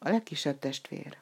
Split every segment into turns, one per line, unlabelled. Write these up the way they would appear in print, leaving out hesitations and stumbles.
A legkisebb testvér.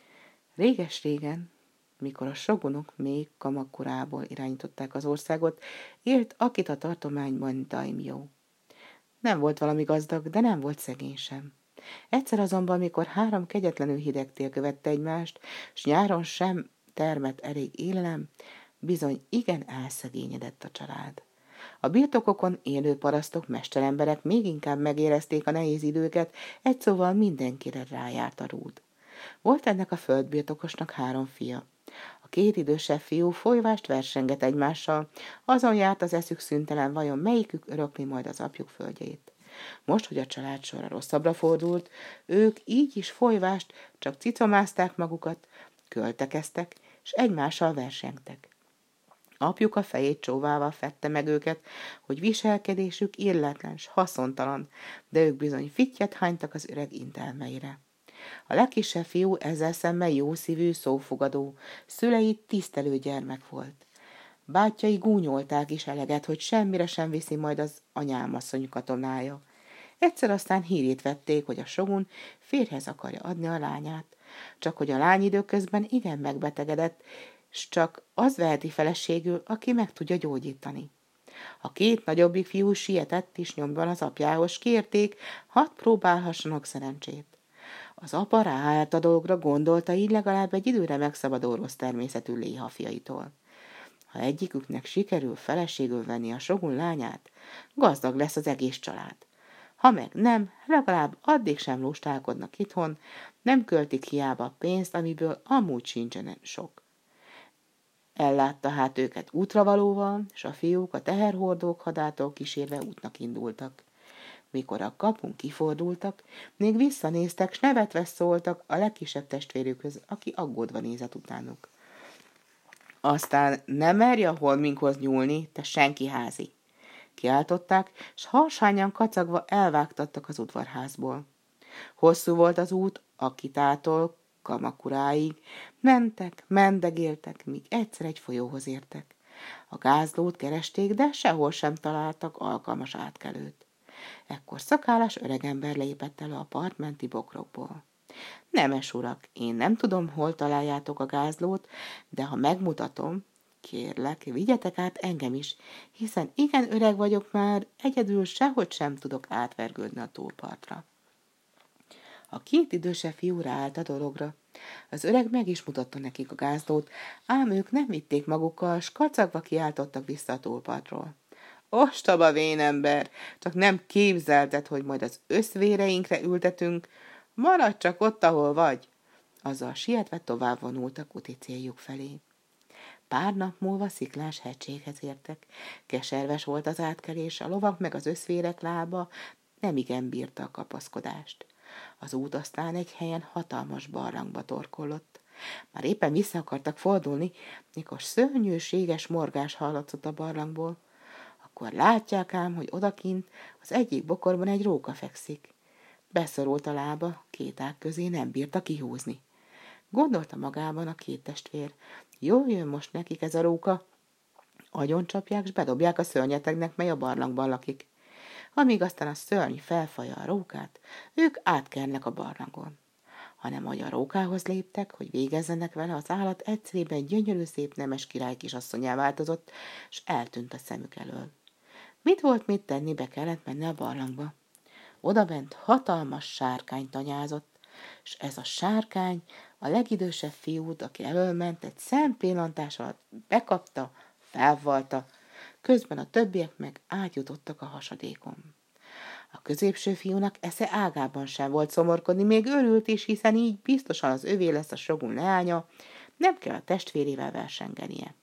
Réges-régen, mikor a shogunok még Kamakurából irányították az országot, élt Akita tartományban daimjó. Nem volt valami gazdag, de nem volt szegény sem. Egyszer azonban, mikor 3 kegyetlenül hideg tél követte egymást, s nyáron sem termett elég élelem, bizony igen elszegényedett a család. A birtokokon élő parasztok, mesteremberek még inkább megérezték a nehéz időket, egy szóval mindenkire rájárt a rúd. Volt ennek a földbirtokosnak 3 fia. A 2 idősebb fiú folyvást versengett egymással, azon járt az eszük szüntelen, vajon melyikük örökli majd az apjuk földjét. Most, hogy a család sorra rosszabbra fordult, ők így is folyvást csak cicomázták magukat, költekeztek, és egymással versengtek. Apjuk a fejét csóvával fette meg őket, hogy viselkedésük illetlen s haszontalan, de ők bizony fittyet hánytak az öreg intelmeire. A legkisebb fiú ezzel szemben jószívű, szófogadó, szüleit tisztelő gyermek volt. Bátyjai gúnyolták is eleget, hogy semmire sem viszi majd az anyámasszony katonája. Egyszer aztán hírét vették, hogy a shogun férjhez akarja adni a lányát, csak hogy a lány időközben igen megbetegedett, s csak az veheti feleségül, aki meg tudja gyógyítani. A 2 nagyobbik fiú sietett is nyomban az apjához, kérték, hadd próbálhassanak szerencsét. Az apa ráállt a dolgra, gondolta, így legalább egy időre megszabadul rossz természetű léhafiaitól. Ha egyiküknek sikerül feleségül venni a shogun lányát, gazdag lesz az egész család. Ha meg nem, legalább addig sem lustálkodnak itthon, nem költik hiába a pénzt, amiből amúgy sincsen sok. Ellátta hát őket útravalóval, s a fiúk a teherhordók hadától kísérve útnak indultak. Mikor a kapun kifordultak, még visszanéztek, s nevetve szóltak a legkisebb testvérükhöz, aki aggódva nézett utánuk. Aztán ne merj a holminkhoz nyúlni, te senki házi! Kiáltották, s harsányan kacagva elvágtattak az udvarházból. Hosszú volt az út Akitától Kamakuráig, mentek, mendegéltek, míg egyszer egy folyóhoz értek. A gázlót keresték, de sehol sem találtak alkalmas átkelőt. Ekkor szakállas öregember lépett elő a partmenti bokrokból. Nemes urak, én nem tudom, hol találjátok a gázlót, de ha megmutatom, kérlek, vigyetek át engem is, hiszen igen öreg vagyok már, egyedül sehogy sem tudok átvergődni a túlpartra. A 2 idősebb fiú ráállt a dologra. Az öreg meg is mutatta nekik a gázlót, ám ők nem vitték magukkal, s kacagva kiáltottak vissza a túlpartról. Ostoba vénember, csak nem képzelted, hogy majd az összvéreinkre ültetünk, maradj csak ott, ahol vagy. Azzal sietve tovább vonultak úti céljuk felé. Pár nap múlva sziklás hegységhez értek. Keserves volt az átkelés, a lovak meg az összvérek lába nemigen bírta a kapaszkodást. Az út aztán egy helyen hatalmas barlangba torkollott. Már éppen vissza akartak fordulni, mikor szörnyűséges morgás hallatszott a barlangból. Akkor látják ám, hogy odakint az egyik bokorban egy róka fekszik. Beszorult a lába, 2 ág közé nem bírta kihúzni. Gondolta magában a 2 testvér, jól jön most nekik ez a róka. Agyoncsapják, s bedobják a szörnyetegnek, mely a barlangban lakik. Amíg aztán a szörny felfalja a rókát, ők átkelnek a barlangon. Hanem ahogy a rókához léptek, hogy végezzenek vele, az állat egyszerűen gyönyörű szép nemes király kisasszonyá változott, s eltűnt a szemük elől. Mit volt mit tenni, be kellett menni a barlangba. Odabent hatalmas sárkány tanyázott, s ez a sárkány a legidősebb fiút, aki elölment, egy szempillantás alatt bekapta, felvalta, közben a többiek meg átjutottak a hasadékon. A középső fiúnak esze ágában sem volt szomorkodni, még örült is, hiszen így biztosan az övé lesz a shogun leánya, nem kell a testvérével versengenie.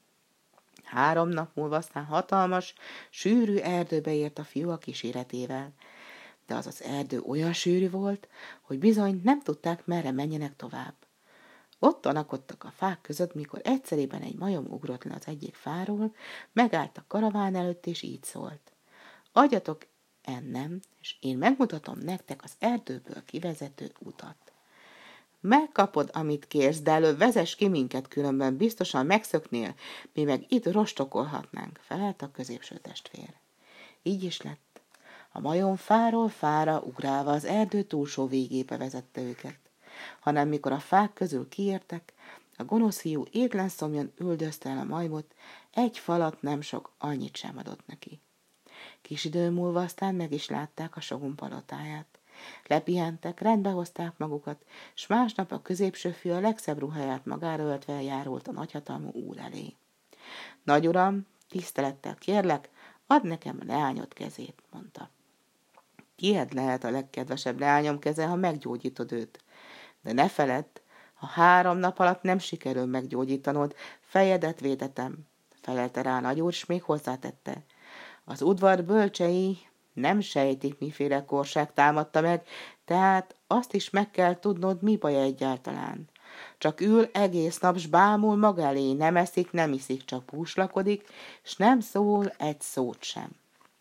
3 nap múlva aztán hatalmas, sűrű erdőbe ért a fiú a kíséretével, de az erdő olyan sűrű volt, hogy bizony nem tudták, merre menjenek tovább. Ott tanakodtak a fák között, mikor egyszerében egy majom ugrott le az egyik fáról, megállt a karaván előtt, és így szólt. Adjatok ennem, és én megmutatom nektek az erdőből kivezető utat. Megkapod, amit kérsz, de előbb vezess ki minket, különben biztosan megszöknél, mi meg itt rostokolhatnánk, felelt a középső testvér. Így is lett. A majom fáról fára ugrálva az erdő túlsó végébe vezette őket. hanem mikor a fák közül kiértek, a gonosz fiú étlen szomjan üldözte el a majmot, egy falat nem sok, annyit sem adott neki. Kis idő múlva aztán meg is látták a Sogun palotáját. Lepihentek, rendbe hozták magukat, s másnap a középső fiú a legszebb ruháját magára öltve járult a nagyhatalmú úr elé. Nagy uram, tisztelettel kérlek, add nekem a leányod kezét, mondta. Tied lehet a legkedvesebb leányom keze, ha meggyógyítod őt. De ne feledd, ha 3 nap alatt nem sikerül meggyógyítanod, fejedet védetem, felelte rá nagyúr, s még hozzátette. Az udvar bölcsei nem sejtik, miféle korság támadta meg, tehát azt is meg kell tudnod, mi baj egyáltalán. Csak ül egész nap, s bámul maga elé, nem eszik, nem iszik, csak búslakodik, s nem szól egy szót sem.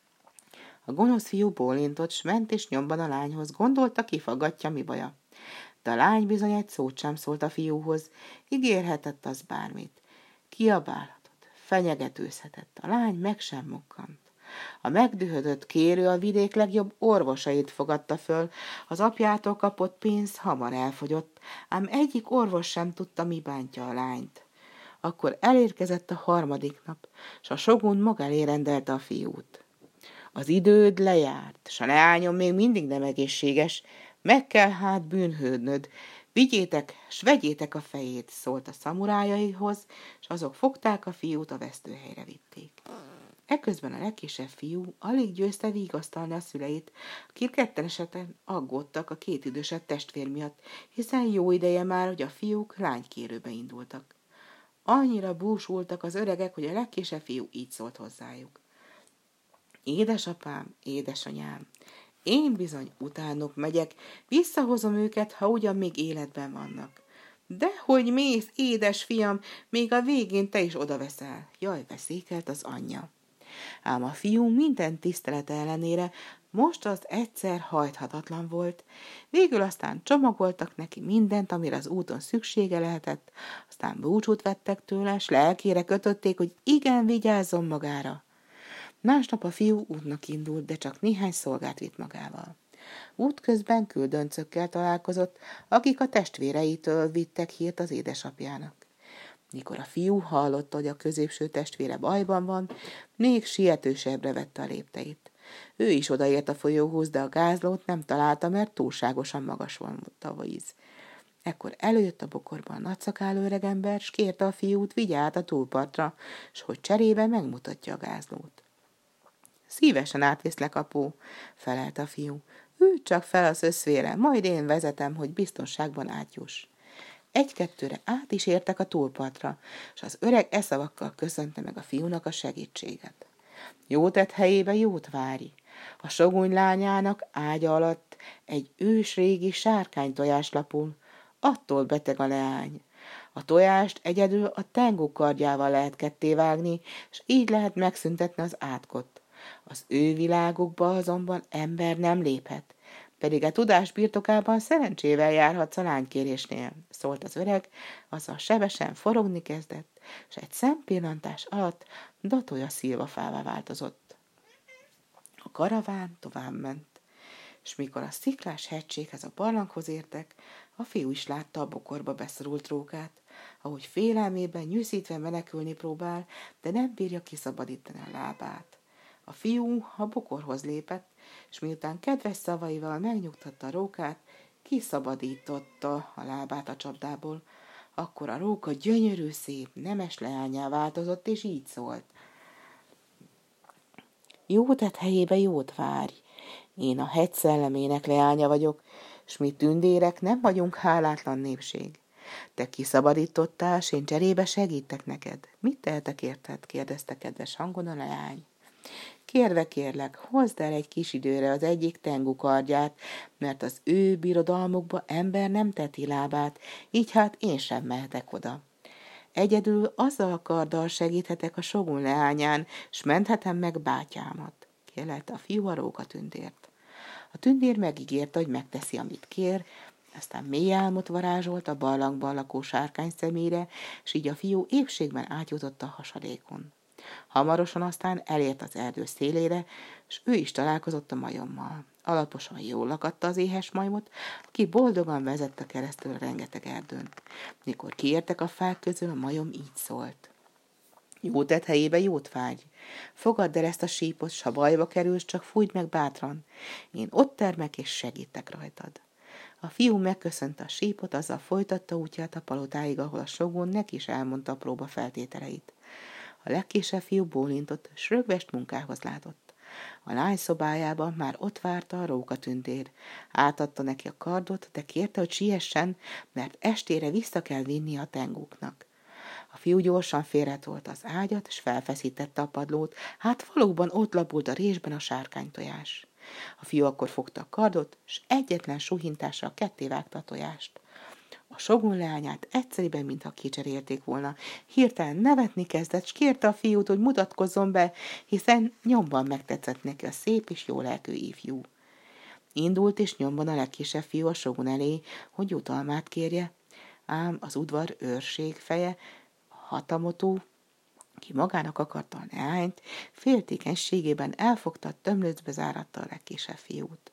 A gonosz fiú bólintott, s ment és nyomban a lányhoz, gondolta, kifaggatja, mi baja. De a lány bizony egy szót sem szólt a fiúhoz, ígérhetett az bármit. Kiabálhatott, fenyegetőzhetett, a lány meg sem mokkant. A megdühödött kérő a vidék legjobb orvosait fogadta föl, az apjától kapott pénz hamar elfogyott, ám egyik orvos sem tudta, mi bántja a lányt. Akkor elérkezett a 3. nap, s a Sogun maga elé rendelte a fiút. Az időd lejárt, s a leányom még mindig nem egészséges, meg kell hát bűnhődnöd, vigyétek, s vegyétek a fejét, szólt a szamurájaihoz, s azok fogták a fiút, a vesztőhelyre vitték. Eközben a legkisebb fiú alig győzte vigasztalni a szüleit, akik ketten esetben aggódtak a 2 idősebb testvér miatt, hiszen jó ideje már, hogy a fiúk lánykérőbe indultak. Annyira búsultak az öregek, hogy a legkisebb fiú így szólt hozzájuk. Édesapám, édesanyám, én bizony utánok megyek, visszahozom őket, ha ugyan még életben vannak. De hogy mész, édes fiam, még a végén te is odaveszel. Jaj, veszékelt az anyja. Ám a fiú minden tisztelete ellenére most az egyszer hajthatatlan volt. Végül aztán csomagoltak neki mindent, amire az úton szüksége lehetett, aztán búcsút vettek tőle, s lelkére kötötték, hogy igen, vigyázzon magára. Másnap a fiú útnak indult, de csak néhány szolgát vitt magával. Útközben küldöncökkel találkozott, akik a testvéreitől vittek hírt az édesapjának. Mikor a fiú hallotta, hogy a középső testvére bajban van, még sietősebbre vette a lépteit. Ő is odaért a folyóhoz, de a gázlót nem találta, mert túlságosan magas volt a víz. Ekkor előjött a bokorban a nagyszakálú öregember, s kérte a fiút, vigye át a túlpartra, s hogy cserébe megmutatja a gázlót. Szívesen átviszlek, apó, felelte a fiú. Ülj csak fel az összvére, majd én vezetem, hogy biztonságban átjuss. 1-2-re át is értek a túlpartra, és az öreg szavakkal köszönte meg a fiúnak a segítséget. Jó tett helyébe jót várj. A Sogun lányának ágya alatt egy ősrégi sárkánytojás lapul, attól beteg a leány. A tojást egyedül a Tengu kardjával lehet kettévágni, és így lehet megszüntetni az átkot. Az ő világukba azonban ember nem léphet, pedig a tudás birtokában szerencsével járhatsz a lánykérésnél, szólt az öreg, azzal sebesen forogni kezdett, és egy szempillantás alatt datója szilvafává változott. A karaván tovább ment, és mikor a sziklás hegységhez a barlanghoz értek, a fiú is látta a bokorba beszorult rókát, ahogy félelmében nyűszítve menekülni próbál, de nem bírja kiszabadítani a lábát. A fiú a bokorhoz lépett, és miután kedves szavaival megnyugtatta a rókát, kiszabadította a lábát a csapdából. Akkor a róka gyönyörű, szép, nemes leányá változott, és így szólt. Jó tett helyébe jót várj. Én a hegy szellemének leánya vagyok, s mi tündérek nem vagyunk hálátlan népség. Te kiszabadítottál, s én cserébe segítek neked. Mit tehetek érted? Kérdezte kedves hangon a leány. Kérve kérlek, hozd el egy kis időre az egyik Tengu kardját, mert az ő birodalmukba ember nem teti lábát, így hát én sem mehetek oda. Egyedül azzal a karddal segíthetek a Sogun leányán, s menthetem meg bátyámat, kérlelte a fiú a rókatündért. A tündér megígérte, hogy megteszi, amit kér, aztán mély álmot varázsolt a barlangban lakó sárkány szemére, s így a fiú épségben átjutott a hasadékon. Hamarosan aztán elért az erdő szélére, és ő is találkozott a majommal. Alaposan jól lakatta az éhes majmot, aki boldogan vezette keresztül a rengeteg erdőn. Mikor kiértek a fák közül, a majom így szólt. Jó tett helyébe jót vágy. Fogadd el ezt a sípot, s ha bajba kerülsz, csak fújd meg bátran. Én ott termek és segítek rajtad. A fiú megköszönte a sípot, azzal folytatta útját a palotáig, ahol a sógun neki is elmondta a próba feltételeit. A legkisebb fiú bólintott, s rögvest munkához látott. A lány szobájában már ott várta a rókatündér. Átadta neki a kardot, de kérte, hogy siessen, mert estére vissza kell vinni a tengóknak. A fiú gyorsan félretolt az ágyat, és felfeszítette a padlót, hát valóban ott lapult a résben a sárkánytojás. A fiú akkor fogta a kardot, és egyetlen suhintással kettévágta a tojást. A sógun leányát egyszerűen, mintha kicserélték volna. Hirtelen nevetni kezdett, s kérte a fiút, hogy mutatkozzon be, hiszen nyomban megtetszett neki a szép és jó lelkű ifjú. Indult és nyomban a legkisebb fiú a sógun elé, hogy jutalmát kérje, ám az udvar őrség feje, Hatamoto, ki magának akarta a leányt, féltékenységében elfogta, tömlöcbe záratta a legkisebb fiút.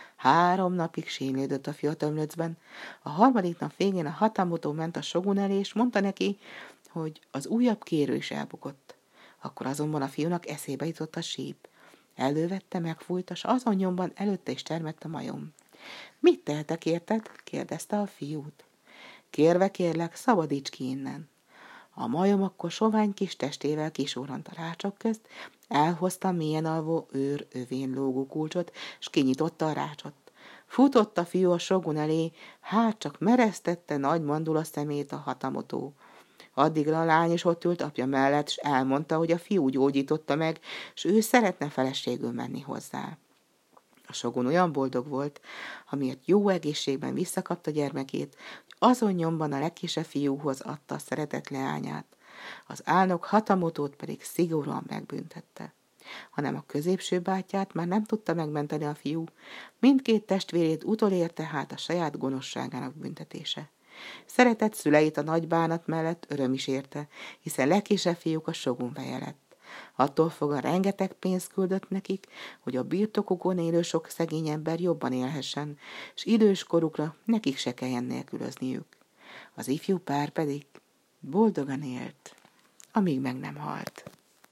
3 napig sínlődött a fiú a tömlöcben. A 3. nap végén a Hatamoto ment a sógun elé, és mondta neki, hogy az újabb kérő is elbukott. Akkor azonban a fiúnak eszébe jutott a síp. Elővette, megfújta, s azon nyomban előtte is termett a majom. Mit tehetek érted? Kérdezte a fiút. Kérve kérlek, szabadíts ki innen. A majom akkor sovány kis testével kisúrant a rácsok közt, elhozta mélyen alvó őr övén lógó kulcsot, s kinyitotta a rácsot. Futott a fiú a sógun elé, hát csak meresztette nagy mandula szemét a Hatamoto. Addigra a lány is ott ült apja mellett, s elmondta, hogy a fiú gyógyította meg, s ő szeretne feleségül menni hozzá. A sógun olyan boldog volt, amiért jó egészségben visszakapta gyermekét, hogy azon nyomban a legkisebb fiúhoz adta a szeretett leányát. Az álnok Hatamotót pedig szigorúan megbüntette. Hanem a középső bátyját már nem tudta megmenteni a fiú, mindkét testvérét utolérte hát a saját gonoszságának büntetése. Szeretett szüleit a nagy bánat mellett öröm is érte, hiszen legkisebb fiúk a sógun feje lett. Attól fogva rengeteg pénzt küldött nekik, hogy a birtokukon élő sok szegény ember jobban élhessen, s idős korukra nekik se kelljen nélkülözniük. Az ifjú pár pedig boldogan élt, amíg meg nem halt.